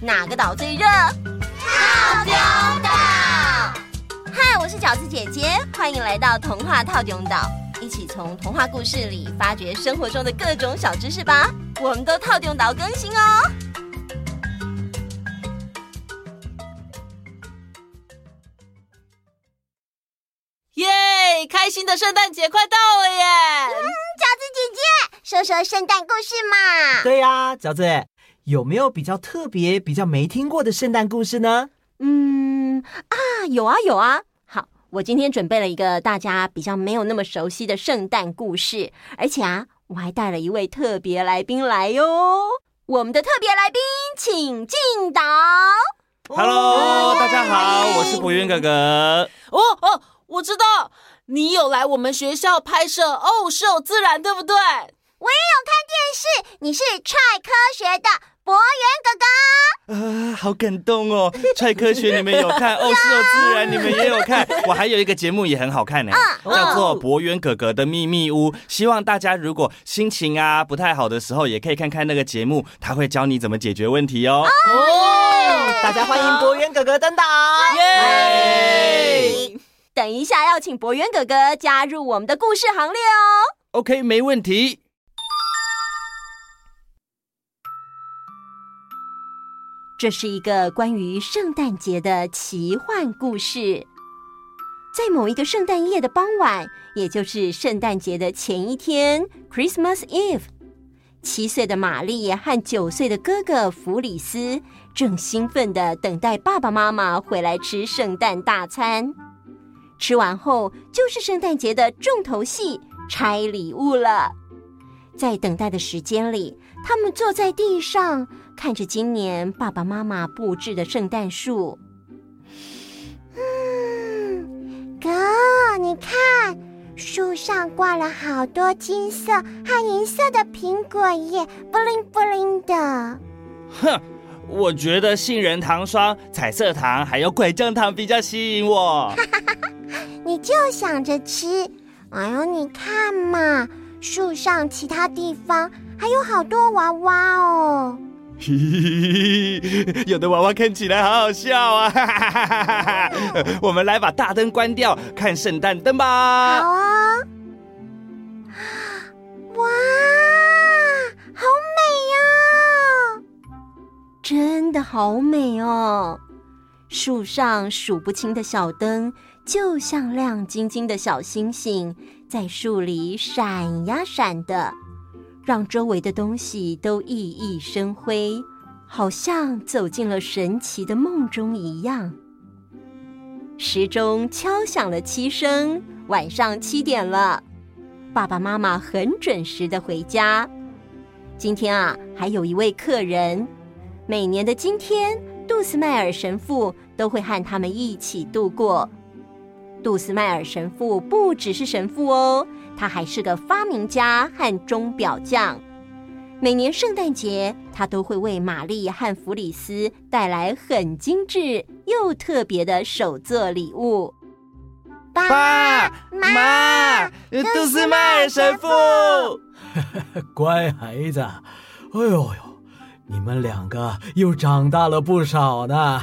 哪个岛最热？ 套中岛。 嗨，我是饺子姐姐，欢迎来到童话套中岛，一起从童话故事里发掘生活中的各种小知识吧。我们都套中岛更新哦。 耶！开心的圣诞节快到了耶！ 饺子姐姐，说说圣诞故事嘛。 对呀，饺子，有没有比较特别、比较没听过的圣诞故事呢？ 有啊。好，我今天准备了一个大家比较没有那么熟悉的圣诞故事，而且我还带了一位特别来宾来哟。我们的特别来宾，请进岛。 Hello， 大家好，我是博渊哥哥。 我知道你有来我们学校拍摄是有自然，对不对？ 我也有看电视，你是踹科学的博渊哥哥。 好感动哦！踹科学你们有看，是有自然你们也有看。我还有一个节目也很好看呢，叫做博渊哥哥的秘密屋。希望大家如果心情不太好的时候，也可以看看那个节目，他会教你怎么解决问题哦。 大家欢迎博渊哥哥登岛！ 耶！ 等一下要请博渊哥哥加入我们的故事行列哦。 OK， 没问题。 这是一个关于圣诞节的奇幻故事。在某一个圣诞夜的傍晚，也就是圣诞节的前一天 Christmas Eve， 7岁的玛丽和9岁的哥哥弗里斯正兴奋地等待爸爸妈妈回来吃圣诞大餐。吃完后就是圣诞节的重头戏拆礼物了。在等待的时间里，他们坐在地上看着今年爸爸妈妈布置的圣诞树。 哥，你看，树上挂了好多金色和银色的苹果耶，布灵布灵的。 哼，我觉得杏仁糖霜、彩色糖还有拐杖糖比较吸引我。 你就想着吃。哎呦，你看嘛，树上其他地方还有好多娃娃哦。 有的娃娃看起来好好笑啊！我们来把大灯关掉，看圣诞灯吧。 好啊！哇，好美哦！ 真的好美哦！树上数不清的小灯，就像亮晶晶的小星星，在树里闪呀闪的，让周围的东西都熠熠生辉，好像走进了神奇的梦中一样。时钟敲响了7声，晚上7点了。爸爸妈妈很准时的回家。今天还有一位客人，每年的今天，杜斯迈尔神父都会和他们一起度过。杜斯迈尔神父不只是神父哦，他还是个发明家和钟表匠。每年圣诞节，他都会为玛丽和弗里斯带来很精致又特别的手作礼物。 爸妈，杜斯迈尔神父， 乖孩子，哎呦，你们2个又长大了不少呢。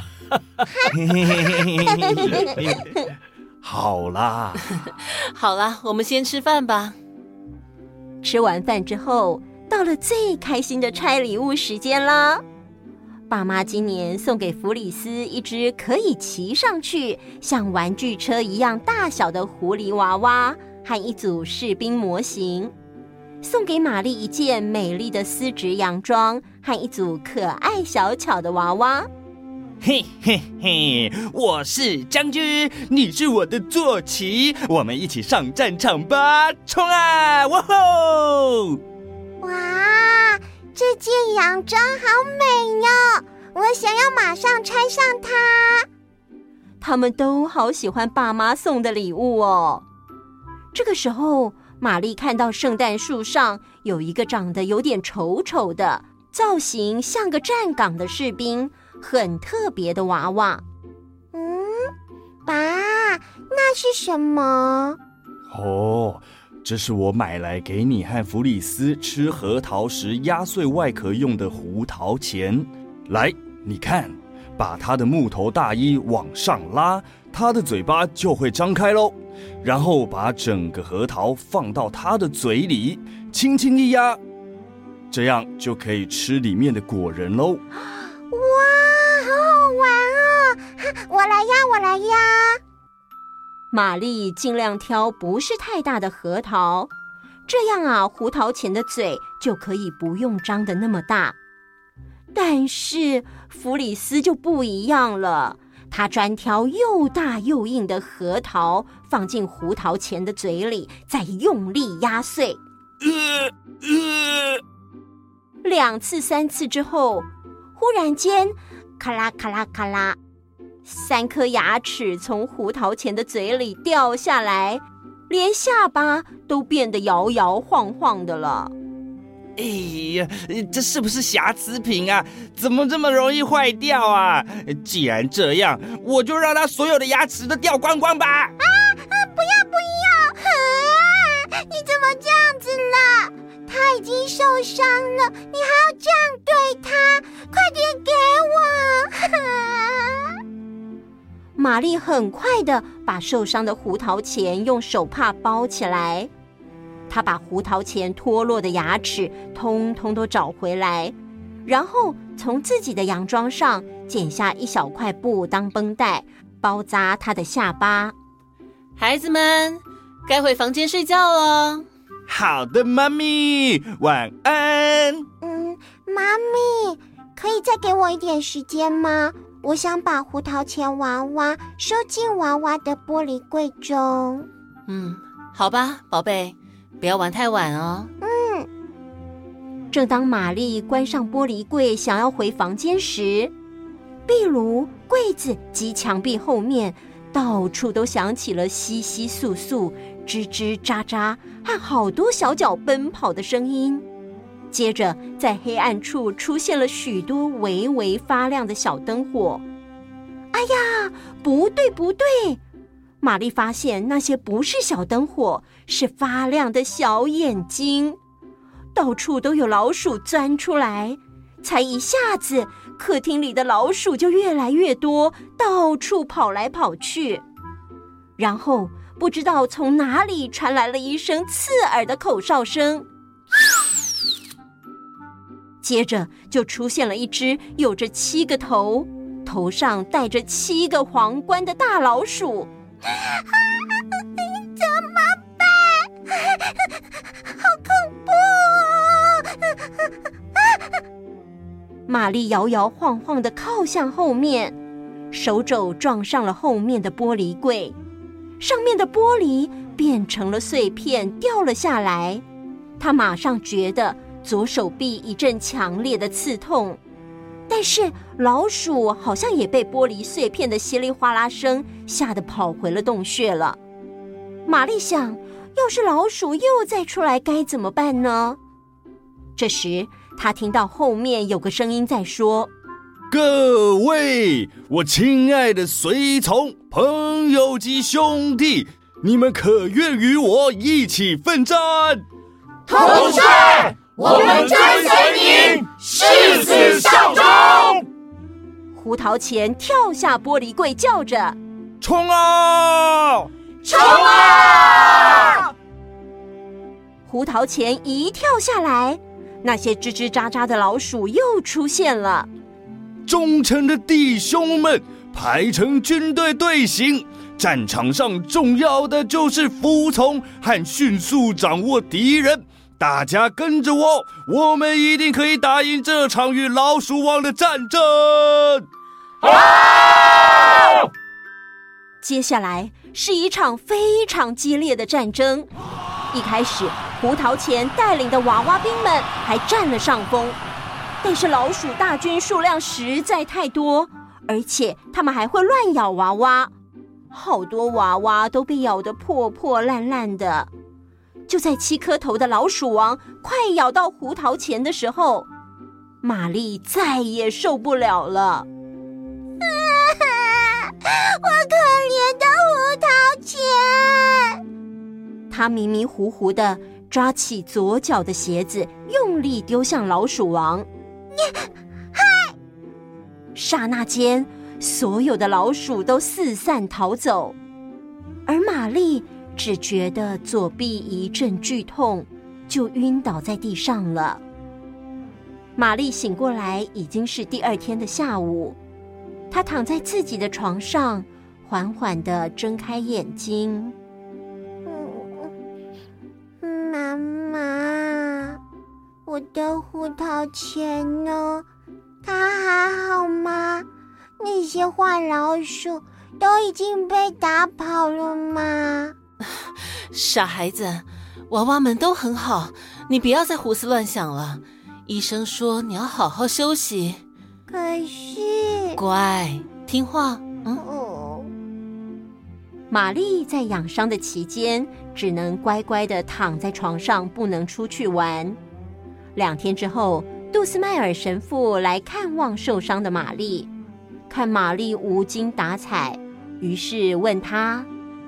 好啦， 我们先吃饭吧。 吃完饭之后，到了最开心的拆礼物时间啦！爸妈今年送给弗里斯一只可以骑上去像玩具车一样大小的狐狸娃娃和一组士兵模型，送给玛丽一件美丽的丝质洋装和一组可爱小巧的娃娃。 嘿嘿嘿，我是将军，你是我的坐骑，我们一起上战场吧！冲啊！哇吼！ 哇，这件洋装好美哟，我想要马上穿上它。 他们都好喜欢爸妈送的礼物哦。这个时候，玛丽看到圣诞树上有一个长得有点丑丑的，造型像个站岗的士兵，很特别的娃娃。 爸，那是什么？ 这是我买来给你和弗里斯吃核桃时压碎外壳用的胡桃钳。来， 你看，把他的木头大衣往上拉，他的嘴巴就会张开咯。然后把整个核桃放到他的嘴里，轻轻一压，这样就可以吃里面的果仁咯。 哇，好好玩哦！我来压。 玛丽尽量挑不是太大的核桃，这样啊，胡桃钳的嘴就可以不用张得那么大。但是弗里斯就不一样了，他专挑又大又硬的核桃放进胡桃钳的嘴里，再用力压碎。2次3次之后，忽然间咔啦咔啦咔啦，3颗牙齿从胡桃钳的嘴里掉下来，连下巴都变得摇摇晃晃的了。 哎呀，这是不是瑕疵品啊？怎么这么容易坏掉啊？既然这样，我就让它所有的牙齿都掉光光吧！ 不要！你怎么这样子了？他已经受伤了，你还要这样对他？快点给我！ 玛丽很快地把受伤的胡桃钳用手帕包起来。她把胡桃钳脱落的牙齿通通都找回来，然后从自己的洋装上剪下一小块布当绷带，包扎她的下巴。 孩子们，该回房间睡觉了。 好的，妈咪，晚安。 妈咪，可以再给我一点时间吗？我想把胡桃钳娃娃收进娃娃的玻璃柜中。 好吧，宝贝，不要玩太晚哦。 正当玛丽关上玻璃柜想要回房间时，壁炉、柜子及墙壁后面到处都响起了窸窸窣窣、吱吱喳喳和好多小脚奔跑的声音。接着在黑暗处出现了许多微微发亮的小灯火。哎呀，不对！玛丽发现那些不是小灯火，是发亮的小眼睛。到处都有老鼠钻出来，才一下子，客厅里的老鼠就越来越多，到处跑来跑去。然后不知道从哪里传来了一声刺耳的口哨声，接着就出现了一只有着7个头，头上戴着7个皇冠的大老鼠。 怎么办？好恐怖哦！ 玛丽摇摇晃晃地靠向后面，手肘撞上了后面的玻璃柜，上面的玻璃变成了碎片，掉了下来。她马上觉得左手臂一阵强烈的刺痛，但是老鼠好像也被玻璃碎片的稀里哗啦声吓得跑回了洞穴了。玛丽想，要是老鼠又再出来该怎么办呢？这时她听到后面有个声音在说： 各位，我亲爱的随从、朋友及兄弟，你们可愿与我一起奋战？ 同学，我们追随您，誓死效忠！ 胡桃钳跳下玻璃柜，叫着： 冲啊！ 冲啊！ 胡桃钳一跳下来，那些吱吱喳喳的老鼠又出现了。 忠诚的弟兄们，排成军队队形，战场上重要的就是服从和迅速掌握敌人。大家跟着我，我们一定可以打赢这场与老鼠王的战争！ 接下来是一场非常激烈的战争。一开始，胡桃钳带领的娃娃兵们还占了上风，但是老鼠大军数量实在太多，而且他们还会乱咬娃娃，好多娃娃都被咬得破破烂烂的。就在7颗头的老鼠王快咬到胡桃钳的时候，玛丽再也受不了了。 我可怜的胡桃钳！ 她迷迷糊糊地抓起左脚的鞋子，用力丢向老鼠王。 刹那间，所有的老鼠都四散逃走，而玛丽只觉得左臂一阵剧痛，就晕倒在地上了。玛丽醒过来已经是第二天的下午，她躺在自己的床上，缓缓地睁开眼睛。 妈妈，我的胡桃钳呢？它还好吗？那些坏老鼠都已经被打跑了吗？ 傻孩子，娃娃们都很好，你不要再胡思乱想了。医生说你要好好休息。 可是， 乖，听话。 玛丽在养伤的期间，只能乖乖地躺在床上，不能出去玩。2天之后，杜斯迈尔神父来看望受伤的玛丽，看玛丽无精打采，于是问她：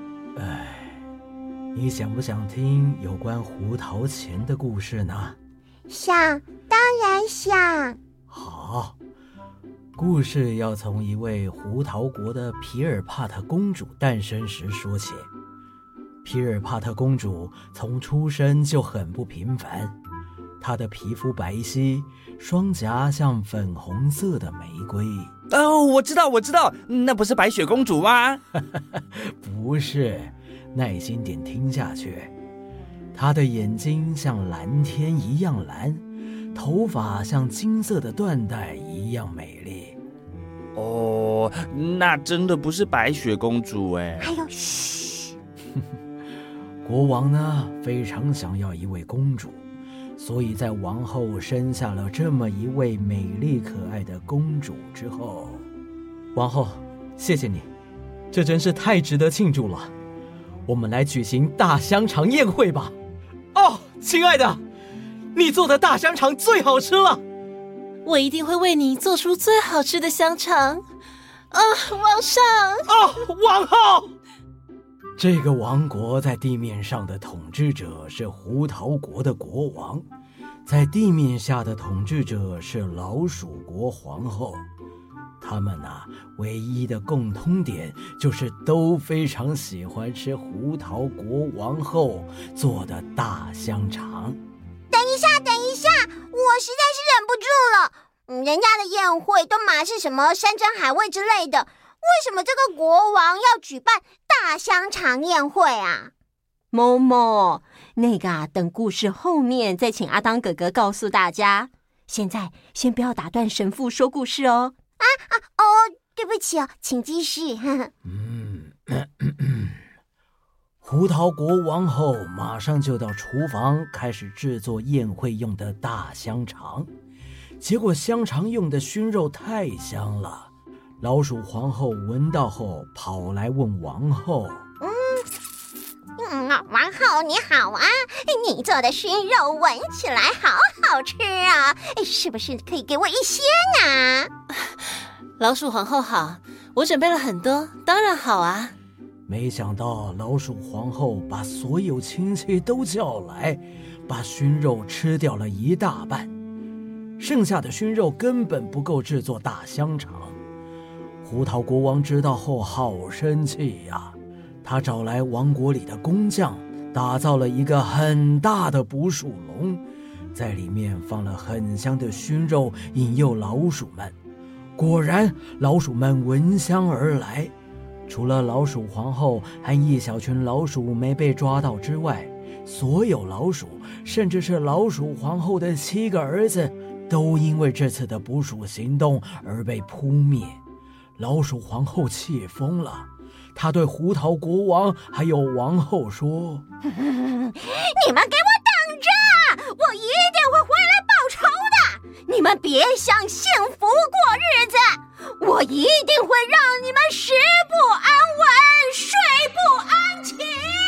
你想不想听有关胡桃钳的故事呢？ 想，当然想。 好，故事要从一位胡桃国的皮尔帕特公主诞生时说起。皮尔帕特公主从出生就很不平凡，她的皮肤白皙，双颊像粉红色的玫瑰。 哦，我知道，那不是白雪公主吗？ 不是，耐心点听下去。她的眼睛像蓝天一样蓝，头发像金色的缎带一样美丽。 哦，那真的不是白雪公主哎。 还有，嘘。 国王呢，非常想要一位公主，所以在王后生下了这么一位美丽可爱的公主之后，王后，谢谢你，这真是太值得庆祝了。我们来举行大香肠宴会吧。哦，亲爱的，你做的大香肠最好吃了。 我一定会为你做出最好吃的香肠。皇上！ 王后！这个王国在地面上的统治者是胡桃国的国王，在地面下的统治者是老鼠国皇后。他们唯一的共通点就是都非常喜欢吃胡桃国王后做的大香肠。 等一下，我实在是忍不住了。人家的宴会都嘛是什么山珍海味之类的，为什么这个国王要举办大香肠宴会啊？ 某某，那个等故事后面再请阿当哥哥告诉大家。现在先不要打断神父说故事哦。 对不起哦，请继续。 胡桃国王后马上就到厨房开始制作宴会用的大香肠，结果香肠用的熏肉太香了，老鼠皇后闻到后跑来问王后： 王后你好啊，你做的熏肉闻起来好好吃啊，是不是可以给我一些呢？ 老鼠皇后好，我准备了很多，当然好啊。 没想到老鼠皇后把所有亲戚都叫来，把熏肉吃掉了一大半，剩下的熏肉根本不够制作大香肠。胡桃国王知道后好生气呀，他找来王国里的工匠，打造了一个很大的捕鼠笼，在里面放了很香的熏肉，引诱老鼠们。果然，老鼠们闻香而来。除了老鼠皇后和一小群老鼠没被抓到之外，所有老鼠，甚至是老鼠皇后的7个儿子，都因为这次的捕鼠行动而被扑灭。老鼠皇后气疯了，她对胡桃国王还有王后说： 你们给我等着，我一定会回来报仇的，你们别想幸福过日子，我一定会让你们食不安稳，睡不安寝。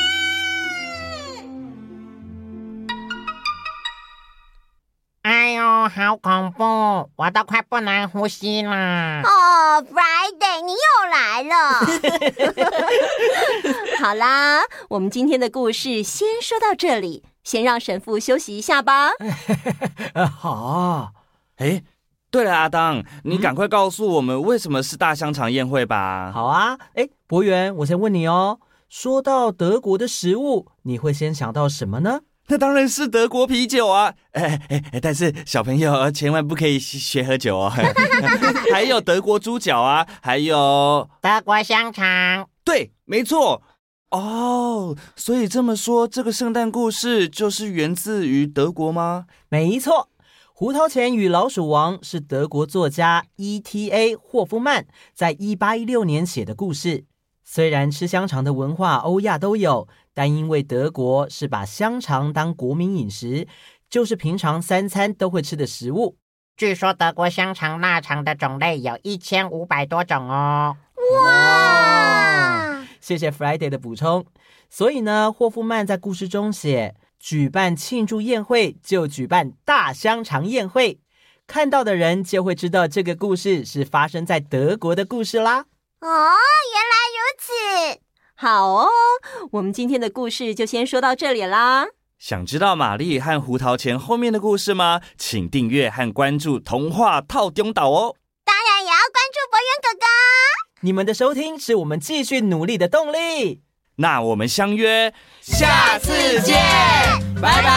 哎呦，好恐怖，我都快不能呼吸了。 Friday 你又来了。 好啦，我们今天的故事先说到这里，先让神父休息一下吧。 好。 对了，阿当，你赶快告诉我们为什么是大香肠宴会吧。 好啊，博元，我先问你哦，说到德国的食物，你会先想到什么呢？ 那当然是德国啤酒啊！但是小朋友千万不可以学喝酒哦。还有德国猪脚啊，还有德国香肠。 对，没错。哦，所以这么说，这个圣诞故事就是源自于德国吗？ 没错，《胡桃钳与老鼠王》是德国作家 E.T.A. 霍夫曼在1816年写的故事。虽然吃香肠的文化欧亚都有，但因为德国是把香肠当国民饮食，就是平常3餐都会吃的食物。 据说德国香肠腊肠的种类有1500多种哦。 哇！ 谢谢 Friday 的补充。所以呢，霍夫曼在故事中写，举办庆祝宴会就举办大香肠宴会，看到的人就会知道这个故事是发生在德国的故事啦。 哦，原来如此。 好哦，我们今天的故事就先说到这里啦。 想知道玛丽和胡桃钳后面的故事吗？请订阅和关注童话透中岛哦。 当然也要关注博元哥哥。 你们的收听是我们继续努力的动力。 那我们相约下次见， 拜拜。